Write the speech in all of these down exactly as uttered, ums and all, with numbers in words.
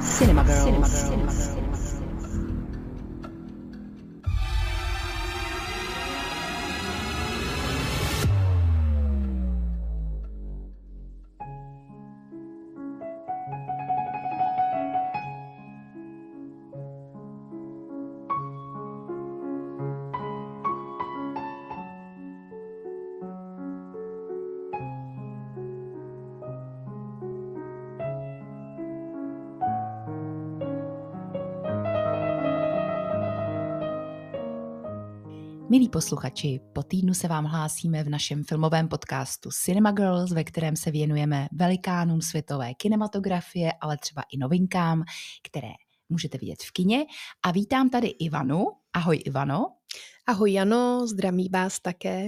Cinema Girls. Cinema Girls. Cinema Girls. Milí posluchači, po týdnu se vám hlásíme v našem filmovém podcastu Cinema Girls, ve kterém se věnujeme velikánům světové kinematografie, ale třeba i novinkám, které můžete vidět v kině. A vítám tady Ivanu. Ahoj Ivano. Ahoj Jano, zdravím vás také.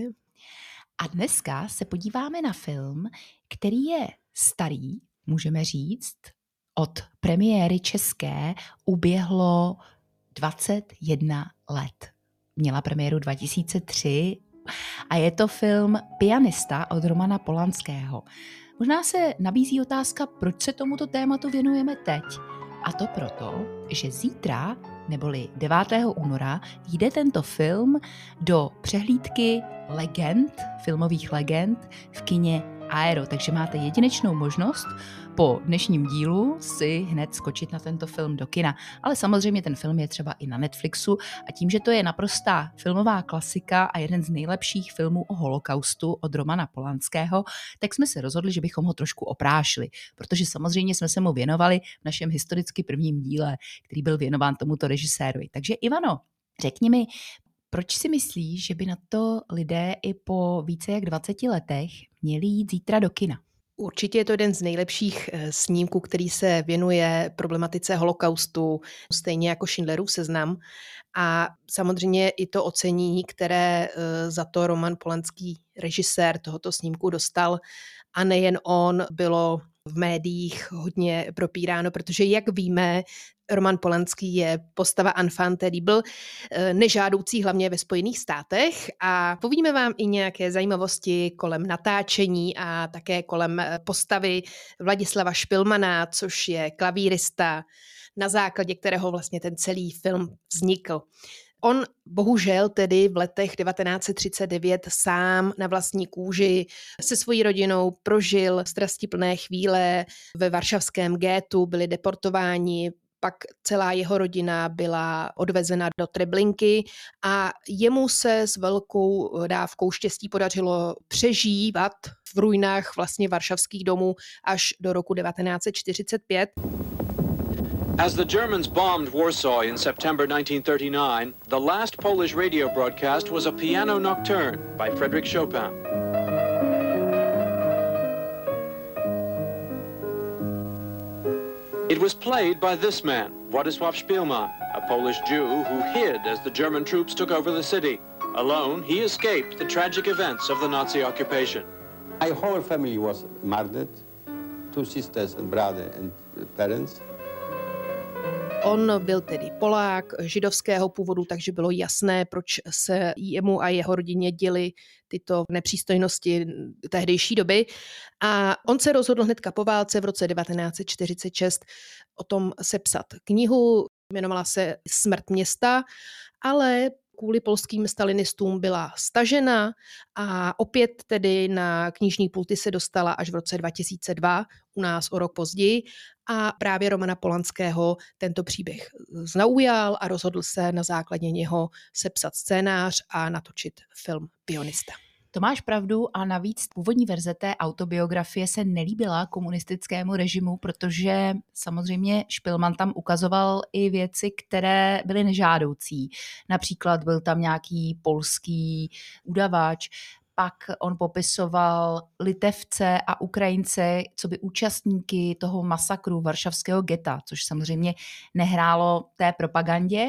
A dneska se podíváme na film, který je starý, můžeme říct, od premiéry české uběhlo dvacet jedna let. Měla premiéru dva tisíce tři a je to film Pianista od Romana Polanského. Možná se nabízí otázka, proč se tomuto tématu věnujeme teď. A to proto, že zítra, neboli devátého února, jde tento film do přehlídky legend, filmových legend v kině Aero. Takže máte jedinečnou možnost po dnešním dílu si hned skočit na tento film do kina. Ale samozřejmě ten film je třeba i na Netflixu a tím, že to je naprostá filmová klasika a jeden z nejlepších filmů o holokaustu od Romana Polanského, tak jsme se rozhodli, že bychom ho trošku oprášili, protože samozřejmě jsme se mu věnovali v našem historicky prvním díle, který byl věnován tomuto režisérovi. Takže Ivano, řekni mi, proč si myslíš, že by na to lidé i po více jak dvaceti letech měli jít zítra do kina? Určitě je to jeden z nejlepších snímků, který se věnuje problematice holokaustu, stejně jako Schindlerův seznam. A samozřejmě i to ocenění, které za to Roman Polanský, režisér tohoto snímku, dostal. A nejen on, bylo v médiích hodně propíráno, protože jak víme, Roman Polanský je postava enfant terrible, nežádoucí hlavně ve Spojených státech a povíme vám i nějaké zajímavosti kolem natáčení a také kolem postavy Vladislava Špilmana, což je klavírista, na základě kterého vlastně ten celý film vznikl. On bohužel tedy v letech devatenáct set třicet devět sám na vlastní kůži se svojí rodinou prožil strastiplné chvíle ve varšavském gétu, byli deportováni, pak celá jeho rodina byla odvezena do Treblinky a jemu se s velkou dávkou štěstí podařilo přežívat v ruinách vlastně varšavských domů až do roku devatenáct set čtyřicet pět. As the Germans bombed Warsaw in September nineteen thirty-nine, the last Polish radio broadcast was a piano nocturne by Frédéric Chopin. It was played by this man, Władysław Szpilman, a Polish Jew who hid as the German troops took over the city. Alone, he escaped the tragic events of the Nazi occupation. My whole family was murdered, two sisters and brother and parents. On byl tedy Polák židovského původu, takže bylo jasné, proč se jemu a jeho rodině děly tyto nepřístojnosti tehdejší doby. A on se rozhodl hnedka po válce v roce devatenáct set čtyřicet šest o tom sepsat knihu, jmenovala se Smrt města, ale kvůli polským stalinistům byla stažena a opět tedy na knižní pulty se dostala až v roce dva tisíce dva, u nás o rok později. A právě Romana Polanského tento příběh zaujal a rozhodl se na základě něho sepsat scénář a natočit film Pianista. To máš pravdu a navíc původní verze té autobiografie se nelíbila komunistickému režimu, protože samozřejmě Špilman tam ukazoval i věci, které byly nežádoucí. Například byl tam nějaký polský udavač, pak on popisoval Litevce a Ukrajince co by účastníky toho masakru varšavského geta, což samozřejmě nehrálo té propagandě.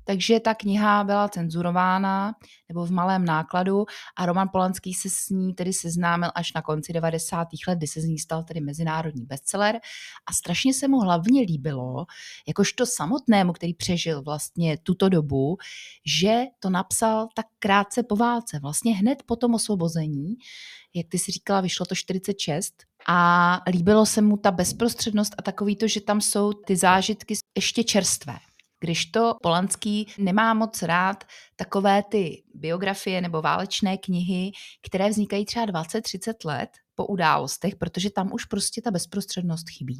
takže ta kniha byla cenzurována nebo v malém nákladu a Roman Polanský se s ní tedy seznámil až na konci devadesátých let, kdy se z ní stal tedy mezinárodní bestseller a strašně se mu hlavně líbilo, jakožto samotnému, který přežil vlastně tuto dobu, že to napsal tak krátce po válce, vlastně hned po tom osvobození, jak ty si říkala, vyšlo to čtyřicet šest a líbilo se mu ta bezprostřednost a takový to, že tam jsou ty zážitky ještě čerstvé. Když to Polanský nemá moc rád takové ty biografie nebo válečné knihy, které vznikají třeba dvacet třicet let po událostech, protože tam už prostě ta bezprostřednost chybí.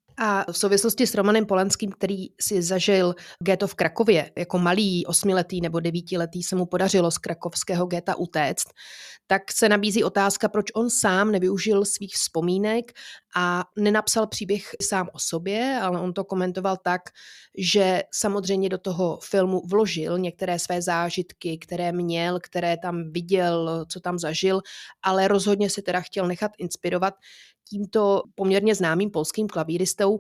A v souvislosti s Romanem Polanským, který si zažil ghetto v Krakově, jako malý osmiletý nebo devítiletý se mu podařilo z krakovského geta utéct, tak se nabízí otázka, proč on sám nevyužil svých vzpomínek a nenapsal příběh sám o sobě, ale on to komentoval tak, že samozřejmě do toho filmu vložil některé své zážitky, které měl, které tam viděl, co tam zažil, ale rozhodně se teda chtěl nechat inspirovat tímto poměrně známým polským klavíristou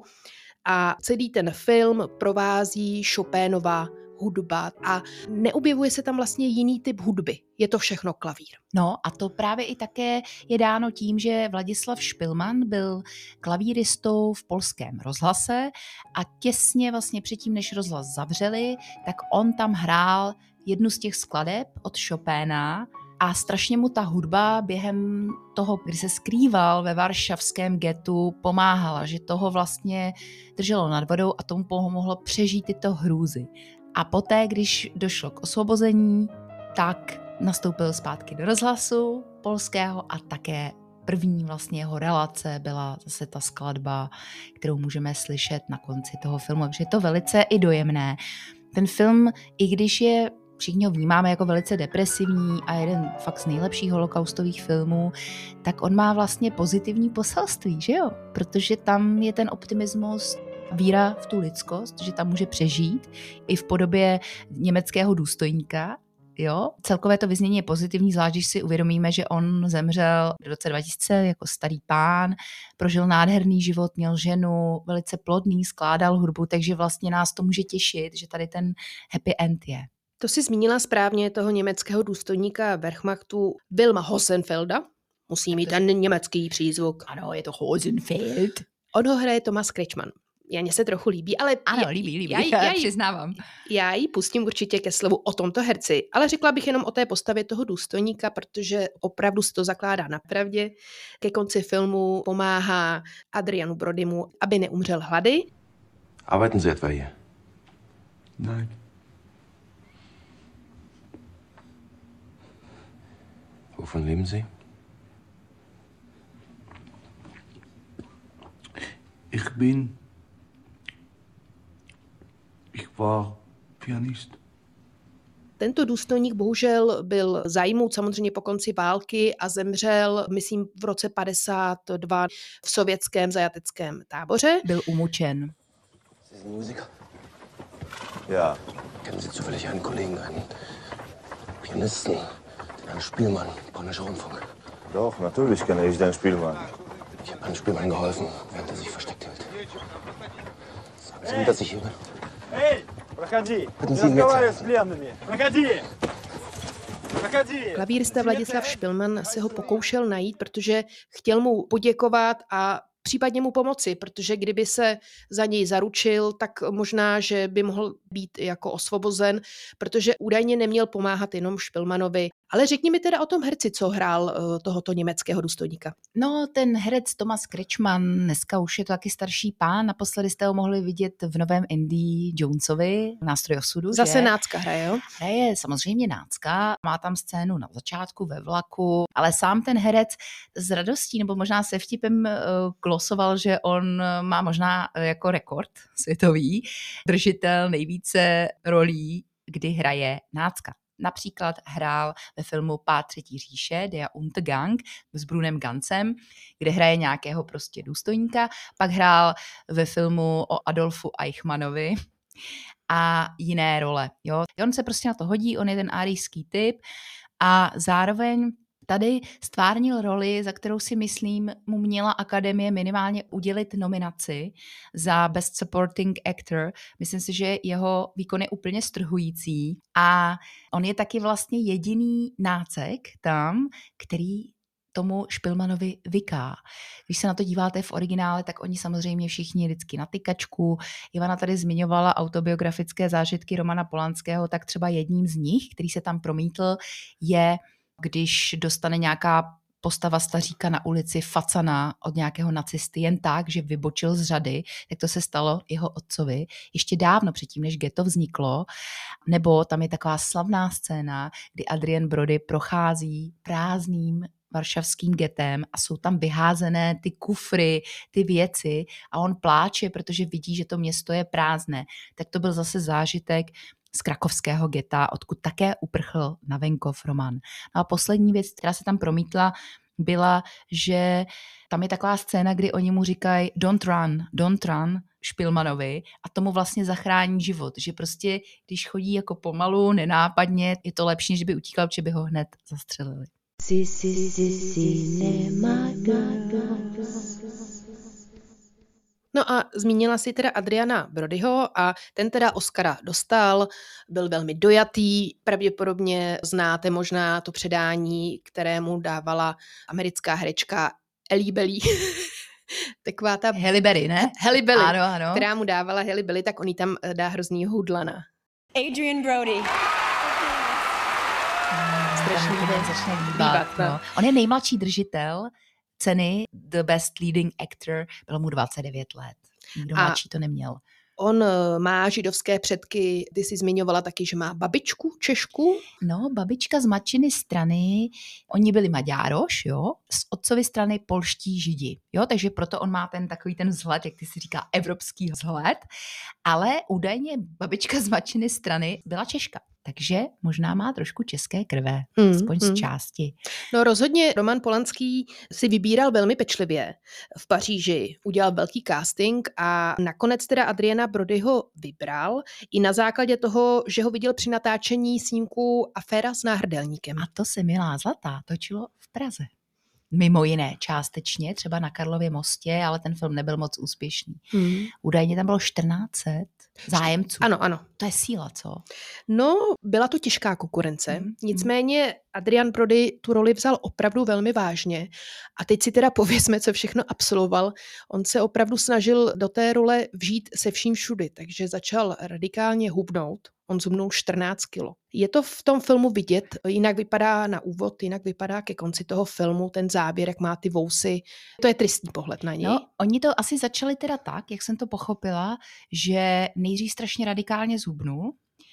a celý ten film provází Chopinova hudba a neobjevuje se tam vlastně jiný typ hudby. Je to všechno klavír. No a to právě i také je dáno tím, že Vladislav Špilman byl klavíristou v polském rozhlase a těsně vlastně předtím, než rozhlas zavřeli, tak on tam hrál jednu z těch skladeb od Chopina a strašně mu ta hudba během toho, kdy se skrýval ve varšavském getu, pomáhala, že toho vlastně drželo nad vodou a tomu pomohlo přežít tyto hrůzy. A poté, když došlo k osvobození, tak nastoupil zpátky do rozhlasu polského a také první vlastně jeho relace byla zase ta skladba, kterou můžeme slyšet na konci toho filmu. Takže je to velice i dojemné. Ten film, i když je všichni ho vnímáme jako velice depresivní a jeden fakt z nejlepších holokaustových filmů, tak on má vlastně pozitivní poselství, že jo? Protože tam je ten optimismus, víra v tu lidskost, že tam může přežít i v podobě německého důstojníka, jo? Celkové to vyznění je pozitivní, zvlášť když si uvědomíme, že on zemřel v roce dva tisíce jako starý pán, prožil nádherný život, měl ženu, velice plodný, skládal hudbu, takže vlastně nás to může těšit, že tady ten happy end je. To si zmínila správně toho německého důstojníka Wehrmachtu Wilma Hosenfelda. Musí mít ten německý přízvuk. Ano, je to Hosenfeld. On ho hraje Thomas Kretschmann. Já mě se trochu líbí, ale... Ano, líbí, líbí, já, já, já, přiznávám. Já ji pustím určitě ke slovu o tomto herci, ale řekla bych jenom o té postavě toho důstojníka, protože opravdu se to zakládá na pravdě. Ke konci filmu pomáhá Adrianu Brodymu, aby neumřel hlady. Arbeiten Sie etwa hier? Nein. Wovon leben Sie? Ich bin... Ich war Pianist. Tento důstojník bohužel byl zajmout samozřejmě po konci války a zemřel, myslím, v roce padesát dva v sovětském zajateckém táboře. Byl umučen. Sie sind Musiker? Ja. Kennen Sie zufällig einen Kollegen, einen Pianisten, den Herrn Spielmann, Polnischer Rundfunk? Doch, natürlich kenne ich den Spielmann. Ich habe Herrn Spielmann geholfen, während er sich versteckt hielt. Sagen Sie ihm, dass ich hier bin. Эй, проходи. Hätten Sie ihn mir Разговаривай с zeigen. пленными. Проходи. Проходи. Klavírista Vladislav Špilman se ho pokoušel najít, protože chtěl mu poděkovat a případně mu pomoci, protože kdyby se za něj zaručil, tak možná, že by mohl být jako osvobozen, protože údajně neměl pomáhat jenom Špilmanovi. Ale řekni mi teda o tom herci, co hrál tohoto německého důstojníka. No, ten herec Thomas Kretschmann, dneska už je to taky starší pán, naposledy jste ho mohli vidět v novém Indii Jonesovi, Nástroj osudu. Zase že? nácka hraje, jo? Hraje samozřejmě nácka, má tam scénu na začátku ve vlaku, ale sám ten herec s radostí, nebo možná se vtipem glosoval, že on má možná jako rekord světový, držitel nejvíce rolí, kdy hraje nácka. Například hrál ve filmu Pád třetí říše, Der Untergang s Brunem Gansem, kde hraje nějakého prostě důstojníka. Pak hrál ve filmu o Adolfu Eichmannovi a jiné role. Jo. On se prostě na to hodí, on je ten árijský typ a zároveň Tady stvárnil roli, za kterou si myslím, mu měla Akademie minimálně udělit nominaci za Best Supporting Actor. Myslím si, že jeho výkon je úplně strhující a on je taky vlastně jediný nácek tam, který tomu Špilmanovi vyká. Když se na to díváte v originále, tak oni samozřejmě všichni vždycky na tykačku. Ivana tady zmiňovala autobiografické zážitky Romana Polanského, tak třeba jedním z nich, který se tam promítl, je, když dostane nějaká postava staříka na ulici facana od nějakého nacisty jen tak, že vybočil z řady, tak to se stalo jeho otcovi ještě dávno předtím, než ghetto vzniklo. Nebo tam je taková slavná scéna, kdy Adrien Brody prochází prázdným varšavským getem a jsou tam vyházené ty kufry, ty věci a on pláče, protože vidí, že to město je prázdné. Tak to byl zase zážitek z krakovského geta, odkud také uprchl na venkov Roman. No a poslední věc, která se tam promítla, byla, že tam je taková scéna, kdy oni mu říkají don't run, don't run Špilmanovi a tomu vlastně zachrání život, že prostě když chodí jako pomalu, nenápadně, je to lepší, než by utíkal, protože by ho hned zastřelili. Si, si, si, cinema girls. No a zmínila si teda Adriana Brodyho a ten teda Oscara dostal, byl velmi dojatý, pravděpodobně znáte možná to předání, kterému dávala americká herečka Halle Berry. Taková ta... Halle Berry, ne? Halle Berry, ano, ano. která mu dávala Halle Berry, tak on jí tam dá hroznýho hudlana. Adrian Brody. Strašně začne líbat, no. On je nejmladší držitel ceny The Best Leading Actor, bylo mu dvacet devět let. Nikdo A mladší to neměl. On má židovské předky, ty jsi zmiňovala taky, že má babičku Češku. No, babička z matčiny strany, oni byli Maďároš, jo, z otcovy strany polští židi, jo, takže proto on má ten takový ten vzhled, jak ty si říká, evropský vzhled, ale údajně babička z matčiny strany byla Češka. Takže možná má trošku české krve, hmm, aspoň hmm. z části. No rozhodně Roman Polanský si vybíral velmi pečlivě. V Paříži udělal velký casting a nakonec teda Adriana Brodyho vybral i na základě toho, že ho viděl při natáčení snímku Aféra s náhrdelníkem. A to se, milá zlatá, točilo v Praze. Mimo jiné, částečně, třeba na Karlově mostě, ale ten film nebyl moc úspěšný. Hmm. Údajně tam bylo čtrnáct set zájemců. Ano, ano. To je síla, co? No, byla to těžká konkurence. Hmm. Nicméně Adrian Brody tu roli vzal opravdu velmi vážně. A teď si teda povězme, co všechno absolvoval. On se opravdu snažil do té role vžít se vším všudy, takže začal radikálně hubnout. On zhubnul čtrnáct kilo. Je to v tom filmu vidět, jinak vypadá na úvod, jinak vypadá ke konci toho filmu, ten záběr, jak má ty vousy. To je tristní pohled na něj. No, oni to asi začali teda tak, jak jsem to pochopila, že nejdřív strašně radikálně zhubnul,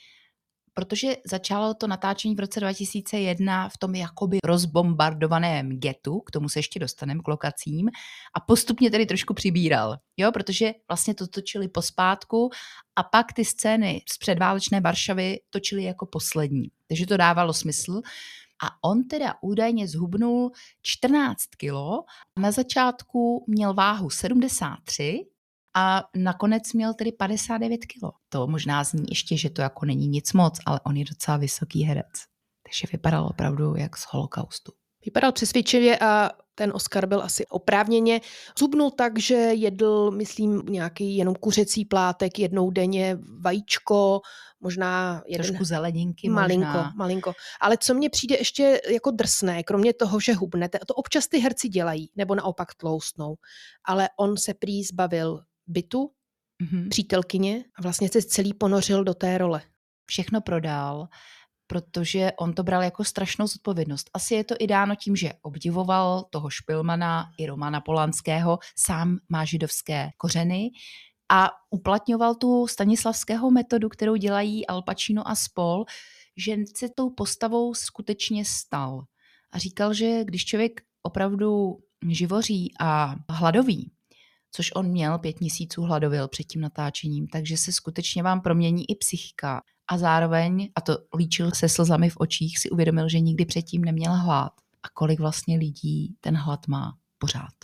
protože začalo to natáčení v roce dva tisíce jedna v tom jakoby rozbombardovaném getu, k tomu se ještě dostaneme k lokacím, a postupně tedy trošku přibíral, jo, protože vlastně to točili pospátku a pak ty scény z předválečné Varšavy točili jako poslední, takže to dávalo smysl. A on teda údajně zhubnul čtrnáct kilo, na začátku měl váhu sedmdesát tři a nakonec měl tedy padesát devět kilo. To možná zní ještě, že to jako není nic moc, ale on je docela vysoký herec. Takže vypadal opravdu jak z holokaustu. Vypadal přesvědčivě a ten Oscar byl asi oprávněně. Zhubnul tak, že jedl, myslím, nějaký jenom kuřecí plátek jednou denně, vajíčko, možná jeden... Trošku zeleninky malinko, možná. Malinko. Ale co mně přijde ještě jako drsné, kromě toho, že hubnete, to občas ty herci dělají, nebo naopak tloustnou, ale on se prý zbavil bytu, mm-hmm. přítelkyně a vlastně se celý ponořil do té role. Všechno prodal, protože on to bral jako strašnou zodpovědnost. Asi je to i dáno tím, že obdivoval toho Špilmana i Romana Polanského, sám má židovské kořeny a uplatňoval tu stanislavského metodu, kterou dělají Al Pacino a spol, že se tou postavou skutečně stal. A říkal, že když člověk opravdu živoří a hladoví, což on měl, pět měsíců hladověl před tím natáčením, takže se skutečně vám promění i psychika. A zároveň, a to líčil se slzami v očích, si uvědomil, že nikdy předtím neměl hlad. A kolik vlastně lidí ten hlad má pořád.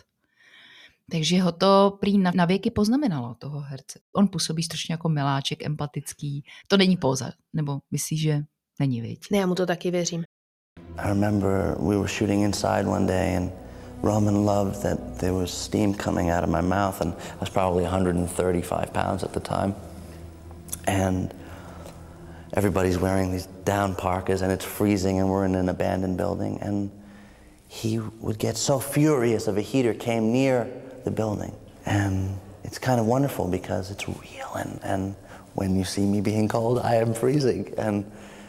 Takže ho to prý na věky poznamenalo, toho herce. On působí strašně jako miláček, empatický. To není póza, nebo myslíš, že není, viď? Ne, já mu to taky věřím. I remember we were shooting inside one day and Roman loved that there was steam coming out of my mouth, and I was probably one hundred thirty-five pounds at the time. And everybody's wearing these down parkas and it's freezing and we're in an abandoned building, and he would get so furious if a heater came near the building. And it's kind of wonderful because it's real, and, and when you see me being cold, I am freezing. And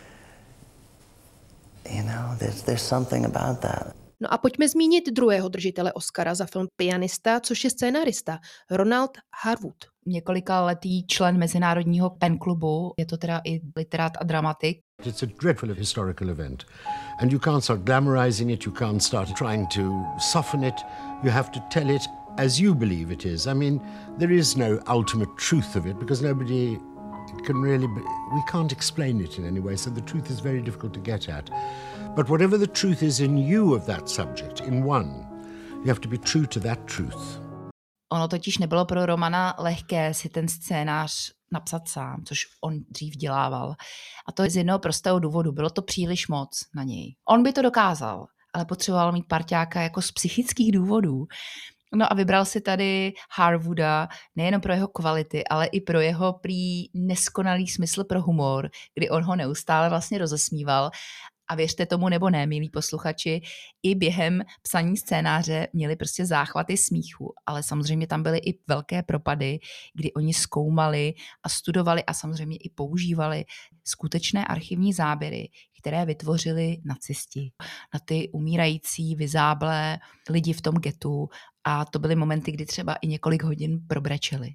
you know, there's, there's something about that. No a pojďme zmínit druhého držitele Oscara za film Pianista, což je scénarista Ronald Harwood. Několika letý člen Mezinárodního pen klubu, je to teda i literát a dramatik. It's a dreadful historical event, and you can't start glamorizing it, you can't start trying to soften it, you have to tell it as you believe it is. I mean, there is no ultimate truth of it because nobody can really, be, we can't explain it in any way, so the truth is very difficult to get at. But whatever the truth is in you of that subject, in one, you have to be true to that truth. Ono totiž nebylo pro Romana lehké si ten scénář napsat sám, což on dřív dělával. A to je z jednoho prostého důvodu. Bylo to příliš moc na něj. On by to dokázal, ale potřeboval mít parťáka jako z psychických důvodů. No a vybral si tady Harwooda nejen pro jeho kvality, ale i pro jeho prý neskonalý smysl pro humor, kdy on ho neustále vlastně rozesmíval. A věřte tomu nebo ne, milí posluchači, i během psaní scénáře měli prostě záchvaty smíchu, ale samozřejmě tam byly i velké propady, kdy oni zkoumali a studovali a samozřejmě i používali skutečné archivní záběry, které vytvořili nacisti na ty umírající, vyzáblé lidi v tom getu, a to byly momenty, kdy třeba i několik hodin probrečeli.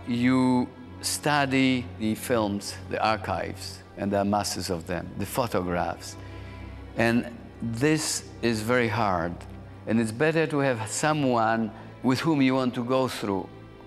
You study the films, the archives, and there are masses of them, the photographs. And this is very hard. And it's better to have someone with whom you want to go through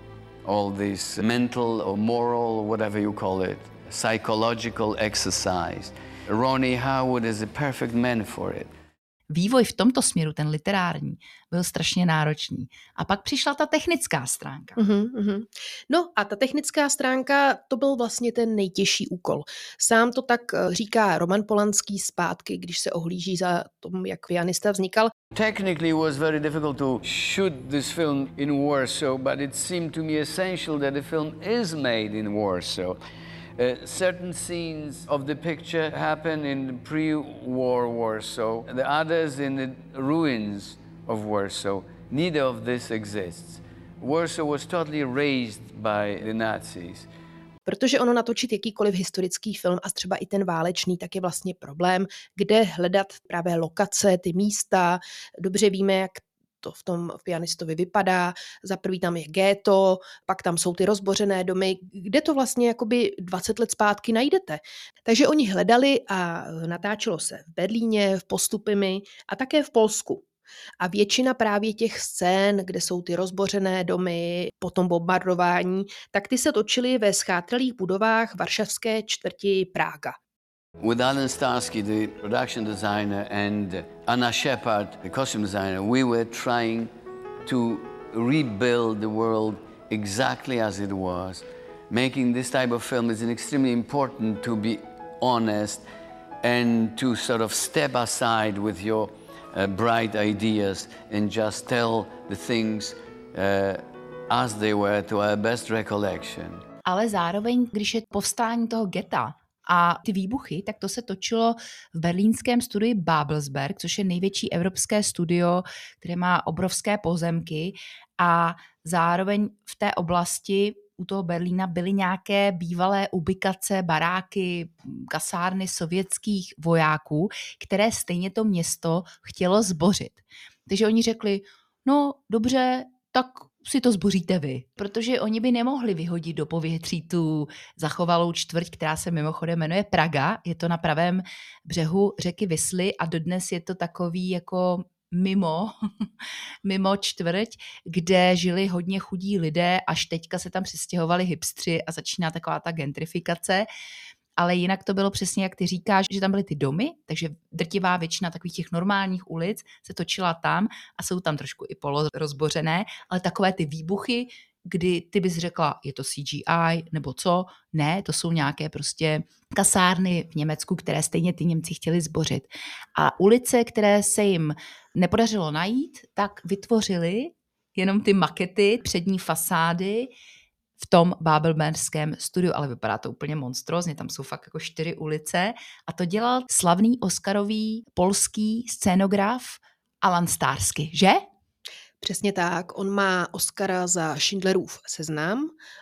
all this mental or moral, or whatever you call it, psychological exercise. Ronnie Harwood is a perfect man for it. Vývoj v tomto směru, ten literární, byl strašně náročný. A pak přišla ta technická stránka. Uhum, uhum. No a ta technická stránka, to byl vlastně ten nejtěžší úkol. Sám to tak říká Roman Polanský zpátky, když se ohlíží za tom, jak Pianista vznikal. Technically it was very difficult to shoot this film in Warsaw, but it seemed to me essential that the film is made in Warsaw. Uh, certain scenes of the picture happen in pre-war Warsaw, the others in the ruins of Warsaw. Neither of this exists. Warsaw was totally razed by the Nazis. Protože ono natočit jakýkoliv historický film a třeba i ten válečný, tak je vlastně problém, kde hledat právě lokace, ty místa. Dobře víme, jak to v tom Pianistovi vypadá. Za prvý tam je ghetto, pak tam jsou ty rozbořené domy, kde to vlastně jakoby dvacet let zpátky najdete. Takže oni hledali a natáčelo se v Berlíně, v Postupimi a také v Polsku. A většina právě těch scén, kde jsou ty rozbořené domy, potom bombardování, tak ty se točily ve schátralých budovách varšavské čtvrti Praga. With Alan Starsky, the production designer, and Anna Shepard, the costume designer, we were trying to rebuild the world exactly as it was. Making this type of film is extremely important to be honest and to sort of step aside with your uh, bright ideas and just tell the things uh, as they were to our best recollection. Ale zároveň, když je povstání toho geta a ty výbuchy, tak to se točilo v berlínském studiu Babelsberg, což je největší evropské studio, které má obrovské pozemky, a zároveň v té oblasti u toho Berlína byly nějaké bývalé ubikace, baráky, kasárny sovětských vojáků, které stejně to město chtělo zbořit. Takže oni řekli, no dobře, tak si to zboříte vy. Protože oni by nemohli vyhodit do povětří tu zachovalou čtvrť, která se mimochodem jmenuje Praga. Je to na pravém břehu řeky Visly a dodnes je to takový jako mimo, mimo čtvrť, kde žili hodně chudí lidé, až teďka se tam přistěhovali hipstři a začíná taková ta gentrifikace. Ale jinak to bylo přesně, jak ty říkáš, že tam byly ty domy, takže drtivá většina takových těch normálních ulic se točila tam a jsou tam trošku i polorozbořené, ale takové ty výbuchy kdy ty bys řekla, je to C G I nebo co? Ne, to jsou nějaké prostě kasárny v Německu, které stejně ty Němci chtěli zbořit. A ulice, které se jim nepodařilo najít, tak vytvořili jenom ty makety, přední fasády v tom bábelberském studiu, ale vypadá to úplně monstrózně, tam jsou fakt jako čtyři ulice a to dělal slavný oscarový polský scénograf Alan Starsky, že? Přesně tak, on má Oscara za Schindlerův seznam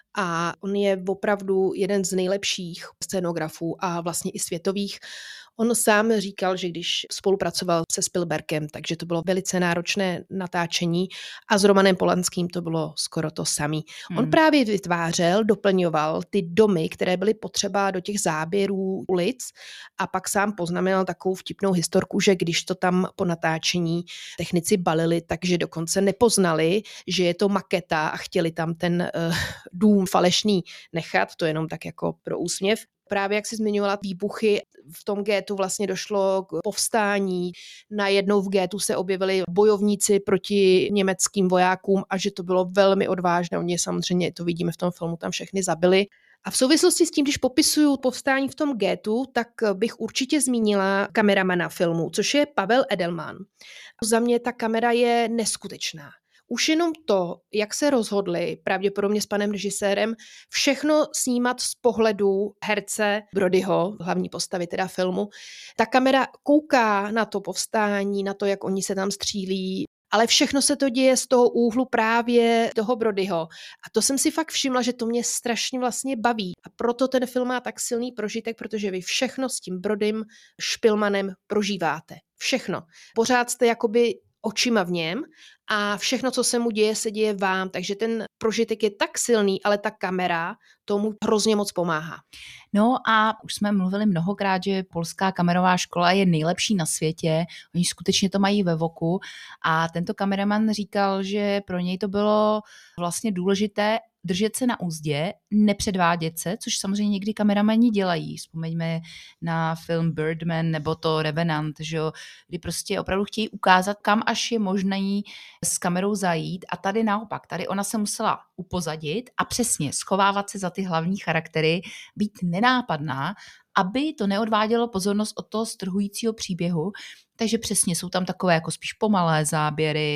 a on je opravdu jeden z nejlepších scénografů a vlastně i světových. On sám říkal, že když spolupracoval se Spielbergem, takže to bylo velice náročné natáčení a s Romanem Polanským to bylo skoro to samý. Hmm. On právě vytvářel, doplňoval ty domy, které byly potřeba do těch záběrů ulic a pak sám poznamenal takovou vtipnou historku, že když to tam po natáčení technici balili, takže dokonce nepoznali, že je to maketa a chtěli tam ten uh, dům falešný nechat, to jenom tak jako pro úsměv. Právě jak jsi zmiňovala výbuchy, v tom gétu vlastně došlo k povstání, najednou v gétu se objevili bojovníci proti německým vojákům a že to bylo velmi odvážné. Oni samozřejmě, to vidíme v tom filmu, tam všechny zabili. A v souvislosti s tím, když popisuju povstání v tom gétu, tak bych určitě zmínila kameramana filmu, což je Pavel Edelman. Za mě ta kamera je neskutečná. Už jenom to, jak se rozhodli, pravděpodobně s panem režisérem, všechno snímat z pohledu herce Brodyho, hlavní postavy teda filmu. Ta kamera kouká na to povstání, na to, jak oni se tam střílí, ale všechno se to děje z toho úhlu právě toho Brodyho. A to jsem si fakt všimla, že to mě strašně vlastně baví. A proto ten film má tak silný prožitek, protože vy všechno s tím Brodym, Špilmanem prožíváte. Všechno. Pořád jste jakoby očima v něm a všechno, co se mu děje, se děje vám. Takže ten prožitek je tak silný, ale ta kamera tomu hrozně moc pomáhá. No a už jsme mluvili mnohokrát, že polská kamerová škola je nejlepší na světě. Oni skutečně to mají ve voku a tento kameraman říkal, že pro něj to bylo vlastně důležité držet se na úzdě, nepředvádět se, což samozřejmě někdy kameramani dělají. Vzpomeňme na film Birdman nebo to Revenant, že jo, kdy prostě opravdu chtějí ukázat, kam až je možné s kamerou zajít a tady naopak, tady ona se musela upozadit a přesně schovávat se za ty hlavní charaktery, být nenápadná, aby to neodvádělo pozornost od toho strhujícího příběhu. Takže přesně jsou tam takové jako spíš pomalé záběry.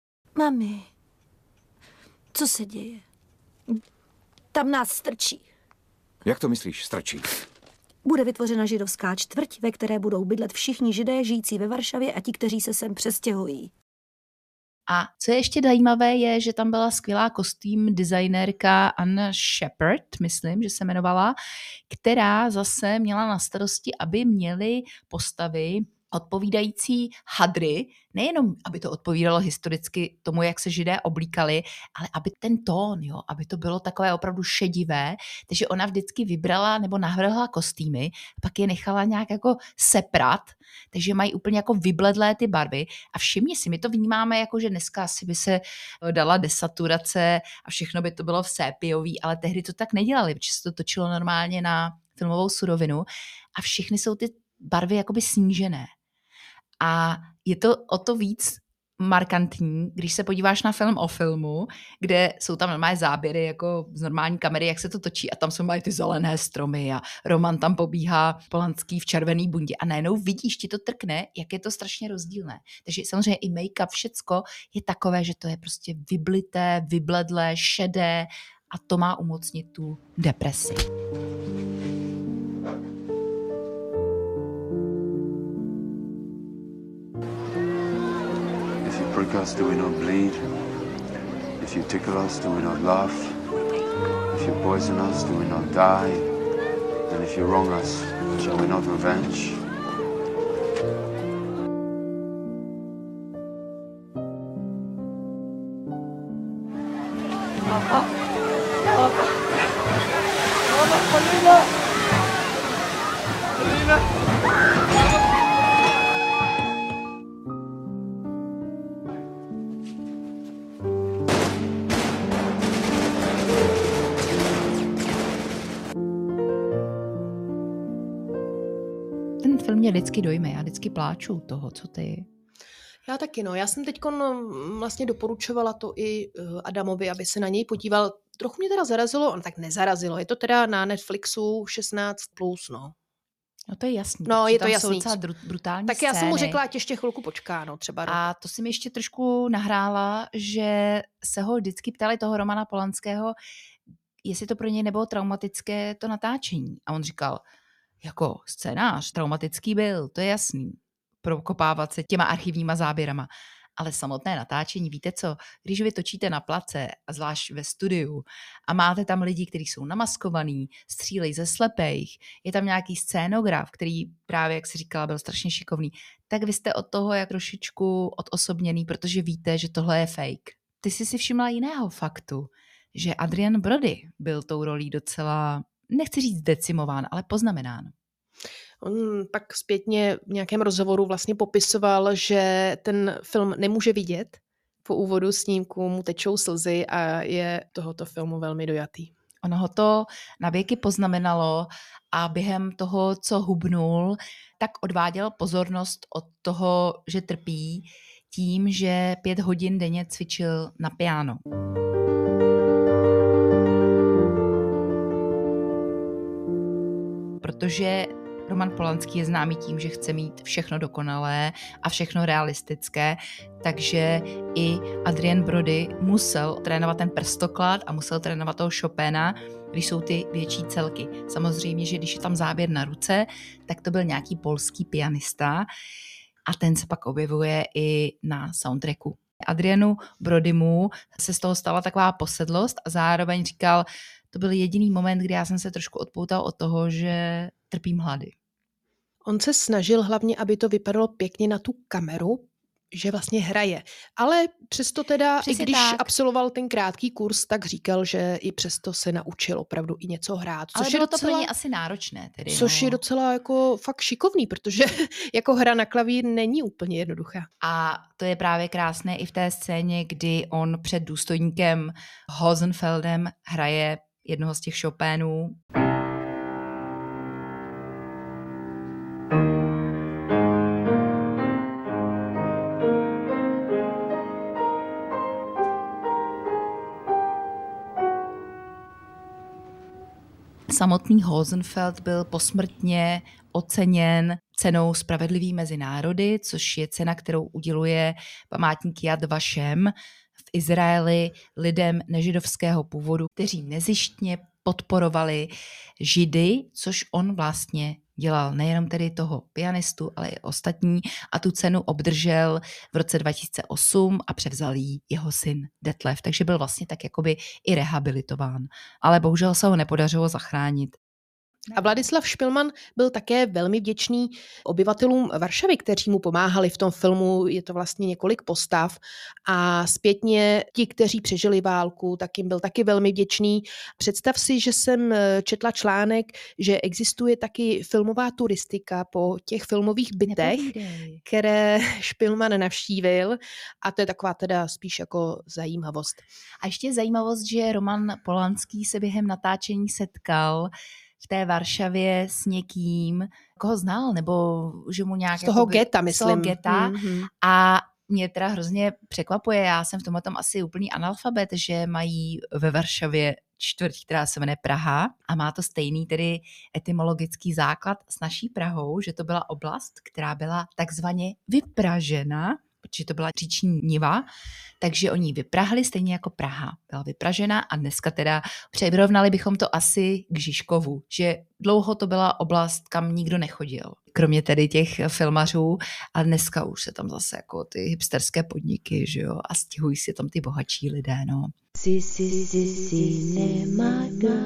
Mami, co se děje? Tam nás strčí. Jak to myslíš, strčí? Bude vytvořena židovská čtvrť, ve které budou bydlet všichni židé žijící ve Varšavě a ti, kteří se sem přestěhují. A co je ještě zajímavé, je, že tam byla skvělá kostým designérka Anna Shepard, myslím, že se jmenovala, která zase měla na starosti, aby měly postavy odpovídající hadry, nejenom, aby to odpovídalo historicky tomu, jak se židé oblíkali, ale aby ten tón, jo, aby to bylo takové opravdu šedivé, takže ona vždycky vybrala nebo navrhla kostýmy, pak je nechala nějak jako seprat, takže mají úplně jako vybledlé ty barvy a všimni si, my to vnímáme jako, že dneska asi by se dala desaturace a všechno by to bylo v sépiový, ale tehdy to tak nedělali, protože se to točilo normálně na filmovou surovinu a všechny jsou ty barvy jakoby snížené. A je to o to víc markantní, když se podíváš na film o filmu, kde jsou tam normální záběry jako z normální kamery, jak se to točí a tam jsou mají ty zelené stromy a Roman tam pobíhá Polanský v červený bundě a najednou vidíš, ti to trkne, jak je to strašně rozdílné. Takže samozřejmě i make-up, všecko je takové, že to je prostě vyblité, vybledlé, šedé a to má umocnit tu depresi. Prick us, do we not bleed? If you tickle us, do we not laugh? If you poison us, do we not die? And if you wrong us, shall we not revenge? Mama! Mama! Mama, Polina! Polina! Mě vždycky dojme, já vždycky pláču toho, co ty. Já taky, no. Já jsem teď vlastně doporučovala to i Adamovi, aby se na něj podíval. Trochu mě teda zarazilo, on tak nezarazilo, je to teda na Netflixu šestnáct plus, no. No to je jasný. No, je to tam jasný. Jsou docela brutální tak scény. Já jsem mu řekla, ať ještě chvilku počká, no, třeba rok. A to si mi ještě trošku nahrála, že se ho vždycky ptali toho Romana Polanského, jestli to pro něj nebylo traumatické to natáčení. A on říkal, jako scénář traumatický byl, to je jasný. Prokopávat se těma archivníma záběrama. Ale samotné natáčení, víte co, když vy točíte na place, a zvlášť ve studiu, a máte tam lidi, kteří jsou namaskovaní, střílejí ze slepejch, je tam nějaký scénograf, který právě, jak si říkala, byl strašně šikovný, tak vy jste od toho jak trošičku odosobněný, protože víte, že tohle je fake. Ty jsi si všimla jiného faktu, že Adrien Brody byl tou rolí docela, nechci říct decimován, ale poznamenán. On pak zpětně v nějakém rozhovoru vlastně popisoval, že ten film nemůže vidět. Po úvodu snímku mu tečou slzy a je tohoto filmu velmi dojatý. Ono ho to na věky poznamenalo a během toho, co hubnul, tak odváděl pozornost od toho, že trpí tím, že pět hodin denně cvičil na piano. Protože Roman Polanský je známý tím, že chce mít všechno dokonalé a všechno realistické, takže i Adrien Brody musel trénovat ten prstoklad a musel trénovat toho Chopina, když jsou ty větší celky. Samozřejmě, že když je tam záběr na ruce, tak to byl nějaký polský pianista a ten se pak objevuje i na soundtracku. Adrienu Brodymu se z toho stala taková posedlost a zároveň říkal, to byl jediný moment, kdy já jsem se trošku odpoutal od toho, že trpím hlady. On se snažil hlavně, aby to vypadalo pěkně na tu kameru, že vlastně hraje. Ale přesto teda, přesně i když tak absolvoval ten krátký kurz, tak říkal, že i přesto se naučil opravdu i něco hrát. Což ale bylo je docela, to pro ně asi náročné. Tedy, což no. je docela jako fakt šikovný, protože jako hra na klavír není úplně jednoduchá. A to je právě krásné i v té scéně, kdy on před důstojníkem Hosenfeldem hraje jednoho z těch Chopinů. Samotný Hosenfeld byl posmrtně oceněn cenou Spravedlivý mezi národy, což je cena, kterou uděluje památník Yad Vashem v Izraeli lidem nežidovského původu, kteří nezištně podporovali Židy, což on vlastně dělal, nejenom tedy toho pianistu, ale i ostatní, a tu cenu obdržel v roce dva tisíce osm a převzal jí jeho syn Detlef, takže byl vlastně tak jakoby i rehabilitován, ale bohužel se ho nepodařilo zachránit. A Vladislav Špilman byl také velmi vděčný obyvatelům Varšavy, kteří mu pomáhali v tom filmu. Je to vlastně několik postav a zpětně ti, kteří přežili válku, tak jim byl taky velmi vděčný. Představ si, že jsem četla článek, že existuje taky filmová turistika po těch filmových bytech, které Špilman navštívil, a to je taková teda spíš jako zajímavost. A ještě zajímavost, že Roman Polanský se během natáčení setkal v té Varšavě s někým, koho znal, nebo že mu nějak... Z toho jakoby, geta, myslím. Z toho geta. Mm-hmm. A mě teda hrozně překvapuje, já jsem v tomhle tom asi úplný analfabet, že mají ve Varšavě čtvrť, která se jmenuje Praha a má to stejný tedy etymologický základ s naší Prahou, že to byla oblast, která byla takzvaně vypražena, protože to byla říční niva, takže oni vyprahli stejně jako Praha. Byla vypražena a dneska teda přirovnali bychom to asi k Žižkovu, že dlouho to byla oblast, kam nikdo nechodil. Kromě tedy těch filmařů a dneska už se tam zase jako ty hipsterské podniky, že jo, a stěhují si tam ty bohatší lidé, no. Si, si, si, cinema,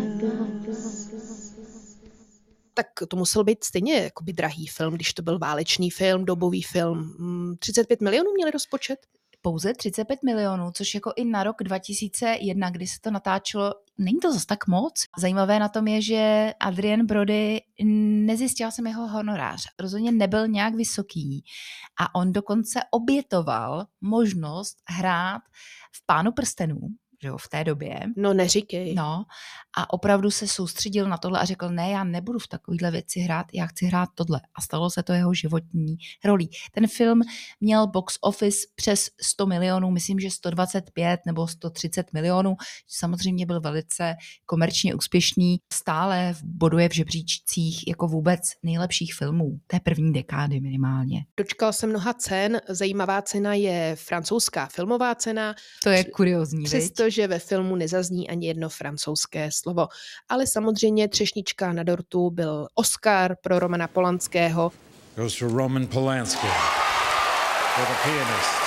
tak to musel být stejně jakoby drahý film, když to byl válečný film, dobový film. třicet pět milionů měli rozpočet? Pouze třicet pět milionů, což jako i na rok dva tisíce jedna, kdy se to natáčelo, není to zas tak moc. Zajímavé na tom je, že Adrien Brody, nezjistila jsem jeho honorář, rozhodně nebyl nějak vysoký a on dokonce obětoval možnost hrát v Pánu prstenů, že jo, v té době. No neříkej. No a opravdu se soustředil na tohle a řekl, ne, já nebudu v takovýhle věci hrát, já chci hrát tohle. A stalo se to jeho životní rolí. Ten film měl box office přes sto milionů, myslím, že sto dvacet pět nebo sto třicet milionů. Samozřejmě byl velice komerčně úspěšný, stále boduje v žebříčcích jako vůbec nejlepších filmů té první dekády minimálně. Dočkal se mnoha cen, zajímavá cena je francouzská filmová cena. To je kuriózní, Přestože ve filmu nezazní ani jedno francouzské slovo. Ale samozřejmě třešnička na dortu byl Oscar pro Romana Polanského. Goes for Roman Polanski, for the pianist.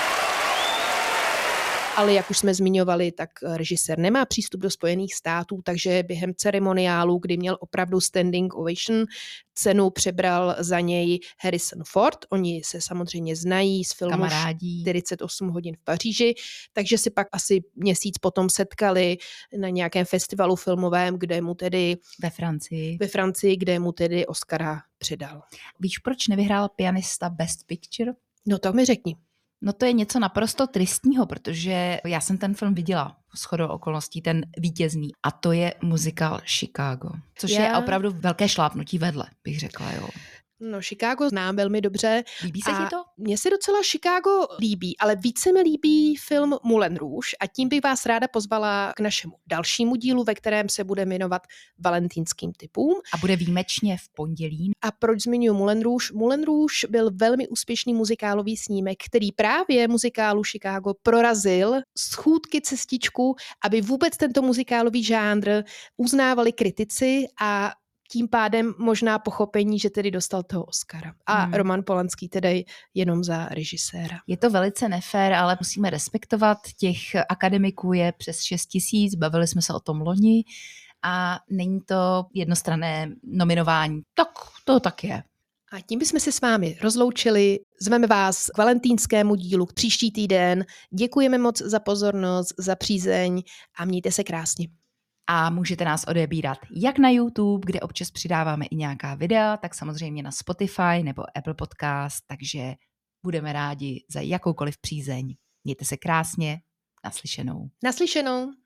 Ale jak už jsme zmiňovali, tak režisér nemá přístup do Spojených států, takže během ceremoniálu, kdy měl opravdu standing ovation, cenu přebral za něj Harrison Ford. Oni se samozřejmě znají z filmu Kamarádí. čtyřicet osm hodin v Paříži, takže si pak asi měsíc potom setkali na nějakém festivalu filmovém, kde mu tedy ve Francii, ve Francii, kde mu tedy Oscara předal. Víš, proč nevyhrál pianista Best Picture? No tak mi řekni. No to je něco naprosto tristního, protože já jsem ten film viděla shodou okolností, ten vítězný. A to je muzikál Chicago, což já... je opravdu velké šlápnutí vedle, bych řekla, jo. No, Chicago znám velmi dobře. Líbí se ti to? Mně se docela Chicago líbí, ale více mi líbí film Moulin Rouge a tím bych vás ráda pozvala k našemu dalšímu dílu, ve kterém se bude jmenovat Valentýnským typům. A bude výjimečně v pondělí. A proč zmiňuji Moulin Rouge? Moulin Rouge byl velmi úspěšný muzikálový snímek, který právě muzikálu Chicago prorazil schůdky cestičku, aby vůbec tento muzikálový žánr uznávali kritici a tím pádem možná pochopení, že tedy dostal toho Oscara. A hmm. Roman Polanský tedy jenom za režiséra. Je to velice nefér, ale musíme respektovat. Těch akademiků je přes šest tisíc, bavili jsme se o tom loni a není to jednostranné nominování. Tak to tak je. A tím bychom se s vámi rozloučili. Zveme vás k valentýnskému dílu příští týden. Děkujeme moc za pozornost, za přízeň a mějte se krásně. A můžete nás odebírat jak na YouTube, kde občas přidáváme i nějaká videa, tak samozřejmě na Spotify nebo Apple Podcast, takže budeme rádi za jakoukoliv přízeň. Mějte se krásně, naslyšenou. Naslyšenou.